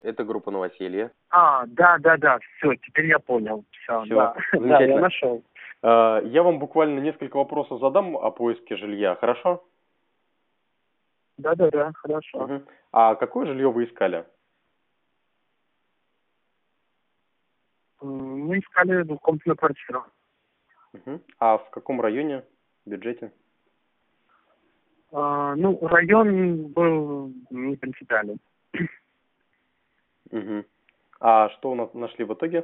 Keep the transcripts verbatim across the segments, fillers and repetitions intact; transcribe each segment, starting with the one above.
Это группа «Новоселье». А, да, да, да, все, теперь я понял. Все, Всё, да, да, я замечательно. нашел. Э, Я вам буквально несколько вопросов задам о поиске жилья, хорошо? Да, да, да, хорошо. Мгм. А какое жилье вы искали? М, Мы искали двухкомнатную квартиру. Мгм. А в каком районе, бюджете? А, ну, район был не принципиальный. Мгм. А что на- нашли в итоге?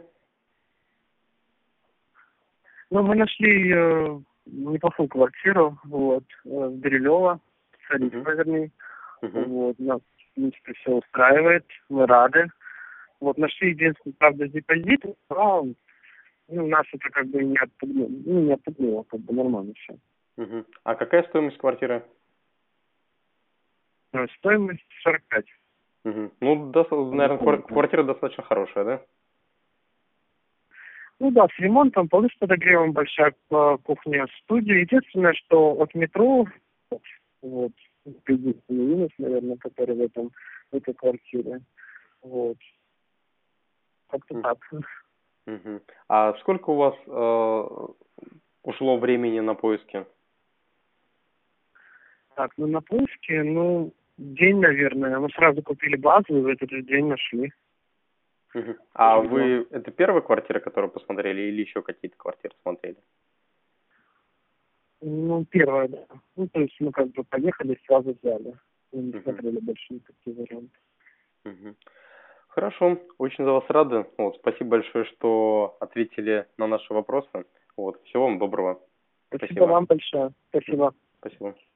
Ну, мы нашли э, неплохую квартиру, вот, э, в Бирюлево, Мгм. Царицкого, вернее. Мгм. Вот, нас, в принципе, все устраивает, мы рады. Вот, нашли единственное, правда, депозит, но ну, нас это как бы не отпугнуло, ну, не отпугнуло, как бы нормально все. Мгм. А какая стоимость квартиры? Стоимость сорок пять. Мгм. Ну, наверное, Однокомнатная. квартира достаточно хорошая, да? Ну да, с ремонтом, полностью подогревом, большая э, кухня, студия. Единственное, что от метро, вот, единственный минус, наверное, который в этом, в этой квартире. Вот. Как-то М. так. Мгм. А сколько у вас э, ушло времени на поиски? Так, ну на поиске, ну, день, наверное. Мы сразу купили базу и в этот же день нашли Мгм. А жилье. вы, это первая квартира, которую посмотрели, или еще какие-то квартиры смотрели? Ну, первое, да. Ну, то есть мы как бы поехали, сразу взяли. Мы не Мгм. смотрели больше никакие варианты. Мгм. Хорошо, очень за вас рады. Вот, спасибо большое, что ответили на наши вопросы. Вот, всего вам доброго. Спасибо Спасибо. вам большое. Мгм. Спасибо. Спасибо.